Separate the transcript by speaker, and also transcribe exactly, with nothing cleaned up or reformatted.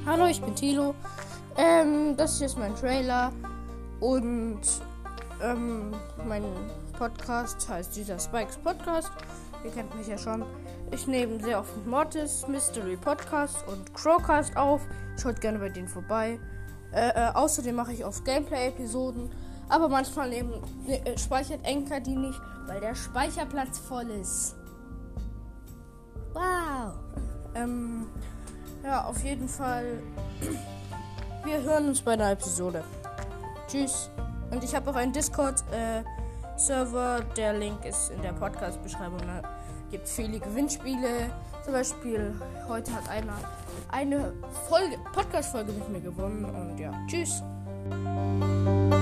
Speaker 1: Hallo, ich bin Thilo. Ähm, das hier ist mein Trailer und ähm, mein Podcast heißt dieser Spikes Podcast. Ihr kennt mich ja schon. Ich nehme sehr oft Mortis, Mystery Podcast und Crowcast auf. Schaut gerne bei denen vorbei. Äh, äh, außerdem mache ich oft Gameplay-Episoden, aber manchmal eben, äh, speichert Anchor die nicht, weil der Speicherplatz voll ist. Wow. Ähm, ja, auf jeden Fall. Wir hören uns bei einer Episode. Tschüss. Und ich habe auch einen Discord-Server. Äh, der Link ist in der Podcast-Beschreibung. Da gibt es viele Gewinnspiele. Zum Beispiel, heute hat einer eine Folge, Podcast-Folge mit mir gewonnen. Und ja, tschüss.